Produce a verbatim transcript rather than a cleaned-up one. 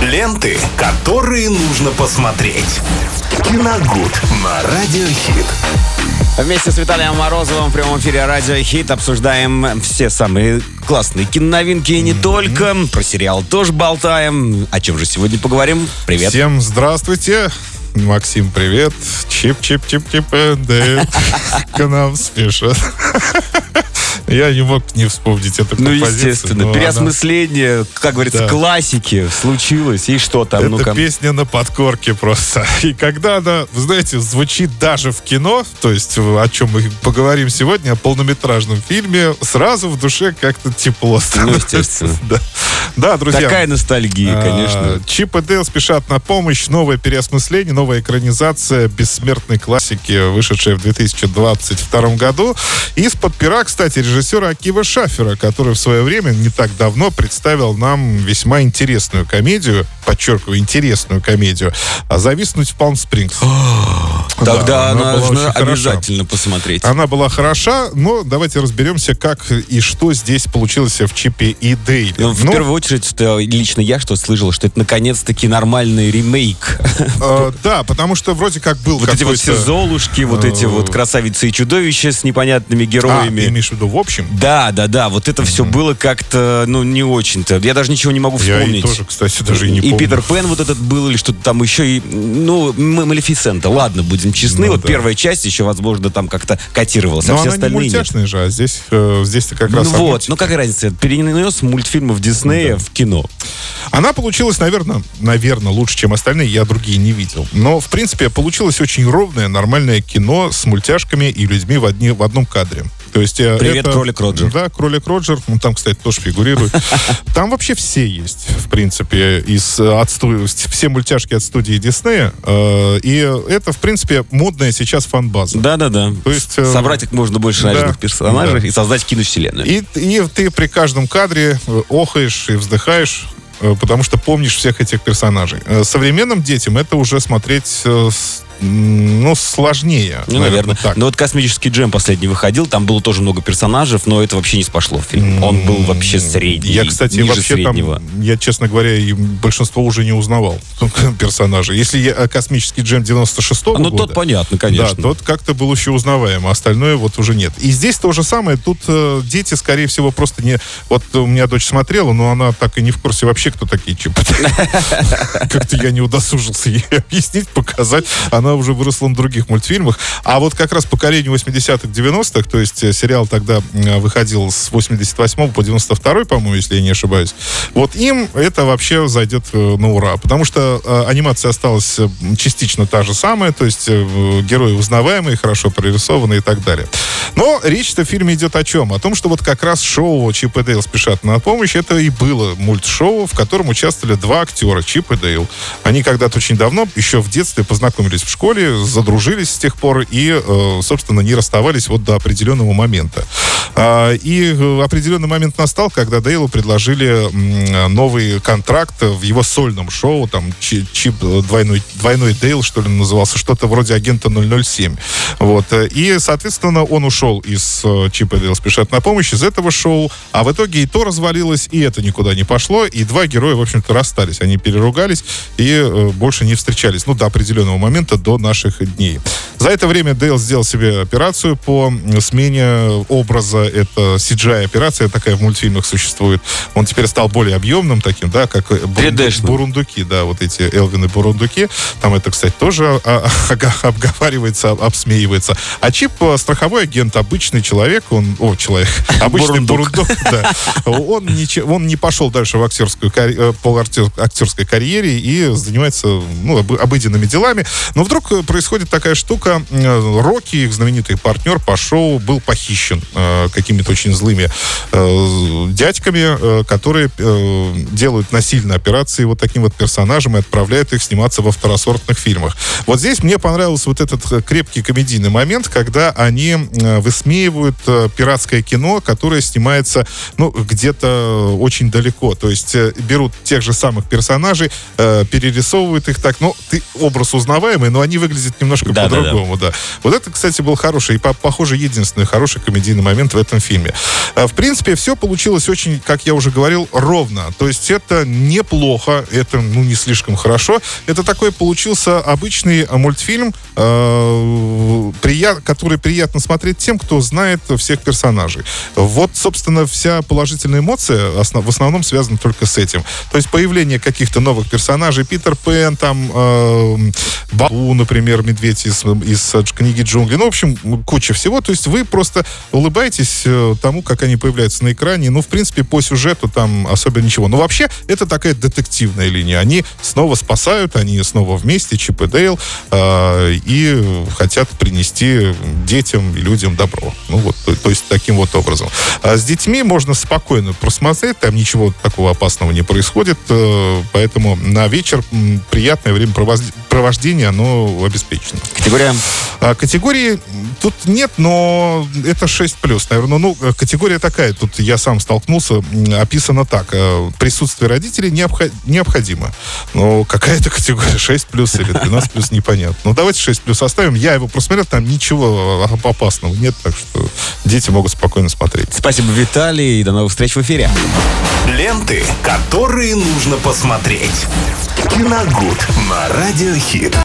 Ленты, которые нужно посмотреть. Киногуд на Радиохит. Вместе с Виталием Морозовым в прямом эфире Радио Хит обсуждаем все самые классные киноновинки и не mm-hmm. только. Про сериал тоже болтаем. О чем же сегодня поговорим? Привет. Всем здравствуйте. Максим, привет. Чип-чип-чип-чип. К нам спешат. Я не мог не вспомнить эту композицию. Ну, естественно. Переосмысление, она... как говорится, да. классики случилось. И что там? Это Ну-ка. песня на подкорке просто. И когда она, вы знаете, звучит даже в кино, то есть о чем мы поговорим сегодня, о полнометражном фильме, сразу в душе как-то тепло становится. Ну, естественно. Да. Да, друзья. Такая ностальгия, конечно. А, Чип и Дейл спешат на помощь. Новое переосмысление, новая экранизация бессмертной классики, вышедшая в две тысячи двадцать втором году. Из-под пера, кстати, режиссера Акива Шаффера, который в свое время, не так давно, представил нам весьма интересную комедию, подчеркиваю, интересную комедию, «Зависнуть в Палм-Спрингс». Тогда да, она нужно хороша. обязательно посмотреть. Она была хороша, но давайте разберемся, как и что здесь получилось в Чипе и Дейле. Ну, в ну, первую очередь, что лично я что слышал, что это наконец-таки нормальный ремейк. Э, да, потому что вроде как был вот эти вот все Золушки, вот эти вот красавицы и чудовища с непонятными героями. А, ты имеешь в виду в общем? Да, да, да. Вот это mm-hmm. все было как-то, ну, не очень-то. Я даже ничего не могу вспомнить. Я и тоже, кстати, даже и не и помню. И Питер Пен вот этот был, или что-то там еще. И, ну, Малефисента. Ладно, будем честны. Ну, вот да. Первая часть еще, возможно, там как-то котировалась. Но а все она остальные не мультяшная же, а здесь, э, здесь-то как раз... Ну вот, ну какая разница? Перенес мультфильмов Диснея да. в кино. Она получилась, наверное, наверное, лучше, чем остальные. Я другие не видел. Но, в принципе, получилось очень ровное, нормальное кино с мультяшками и людьми в, одни, в одном кадре. То есть, Привет, это, Кролик Роджер. Да, Кролик Роджер. Он там, кстати, тоже фигурирует. Там вообще все есть, в принципе, из, от, все мультяшки от студии Диснея. И это, в принципе, модная сейчас фан-база. Да-да-да. То есть, собрать как можно больше да, разных персонажей да. и создать киновселенную. И, и ты при каждом кадре охаешь и вздыхаешь, потому что помнишь всех этих персонажей. Современным детям это уже смотреть... Ну, сложнее. Ну, наверное. Так. Но вот «Космический джем» последний выходил, там было тоже много персонажей, но это вообще не спасло в фильм. Он был вообще средний. Я, кстати, ниже вообще среднего. Там, я, честно говоря, и большинство уже не узнавал персонажей. Если я, «Космический джем» девяносто шестого ну, года... Ну, тот понятно, конечно. Да, тот как-то был еще узнаваем, а остальное вот уже нет. И здесь то же самое. Тут э, дети, скорее всего, просто не... Вот у меня дочь смотрела, но она так и не в курсе вообще, кто такие Чипы. Как-то я не удосужился ей объяснить, показать. Она уже выросла на других мультфильмах. А вот как раз поколение восьмидесятых, девяностых, то есть сериал тогда выходил с восемьдесят восьмого по девяносто второй, по-моему, если я не ошибаюсь. Вот им это вообще зайдет на ура. Потому что э, анимация осталась частично та же самая, то есть э, герои узнаваемые, хорошо прорисованные и так далее. Но речь-то в фильме идет о чем? О том, что вот как раз шоу «Чип и Дейл спешат на помощь» это и было мультшоу, в котором участвовали два актера, Чип и Дейл. Они когда-то очень давно, еще в детстве, познакомились в школе, задружились с тех пор и, э, собственно, не расставались вот до определенного момента. А, и определенный момент настал, когда Дейлу предложили м, новый контракт в его сольном шоу, там, Чип, двойной, двойной Дейл, что ли, назывался, что-то вроде агента ноль ноль семь. Вот. И, соответственно, он ушел из Чип и Дейл спешат на помощь, из этого шоу, а в итоге и то развалилось, и это никуда не пошло, и два героя, в общем-то, расстались. Они переругались и э, больше не встречались, ну, до определенного момента, до наших дней. За это время Дейл сделал себе операцию по смене образа. Это си джи ай-операция, такая в мультфильмах существует. Он теперь стал более объемным таким, да, как бурундуки, да, вот эти Элвины бурундуки. Там это, кстати, тоже обговаривается, обсмеивается. А Чип страховой агент, обычный человек, он, о, человек, обычный бурундук, да. Он не, он не пошел дальше в актерскую, полуактерской карьере и занимается, ну, обыденными делами. Но вдруг происходит такая штука. Рокки, их знаменитый партнер по шоу, был похищен э, какими-то очень злыми э, дядьками, э, которые э, делают насильно операции вот таким вот персонажам и отправляют их сниматься во второсортных фильмах. Вот здесь мне понравился вот этот крепкий комедийный момент, когда они э, высмеивают э, пиратское кино, которое снимается, ну, где-то очень далеко. То есть э, берут тех же самых персонажей, э, перерисовывают их так, ну, ты, образ узнаваемый, но они они выглядят немножко Да, по-другому, да, да. Вот это, кстати, был хороший и, похоже, единственный хороший комедийный момент в этом фильме. В принципе, все получилось очень, как я уже говорил, ровно. То есть это неплохо, это, ну, не слишком хорошо. Это такой получился обычный мультфильм, э, прият, который приятно смотреть тем, кто знает всех персонажей. Вот, собственно, вся положительная эмоция основ, в основном связана только с этим. То есть появление каких-то новых персонажей, Питер Пен, там, э, Балу, например, медведь из, из книги «Джунгли». Ну, в общем, куча всего. То есть вы просто улыбаетесь э, тому, как они появляются на экране. Ну, в принципе, по сюжету там особо ничего. Но вообще, это такая детективная линия. Они снова спасают, они снова вместе, Чип и Дейл, э, и хотят принести детям и людям добро. Ну, вот, то, то есть таким вот образом. А с детьми можно спокойно просмотреть, там ничего такого опасного не происходит, э, поэтому на вечер м, приятное времяпровождение, оно обеспечено. Категория? А, категории тут нет, но это шесть плюс, наверное. Ну, категория такая, тут я сам столкнулся, описано так. Присутствие родителей необход- необходимо. Но какая-то категория шесть плюс или двенадцать плюс, непонятно. Ну, давайте шесть плюс оставим. Я его просмотрел, там ничего опасного нет, так что дети могут спокойно смотреть. Спасибо, Виталий, и до новых встреч в эфире. Ленты, которые нужно посмотреть. Киногуд на Радиохит.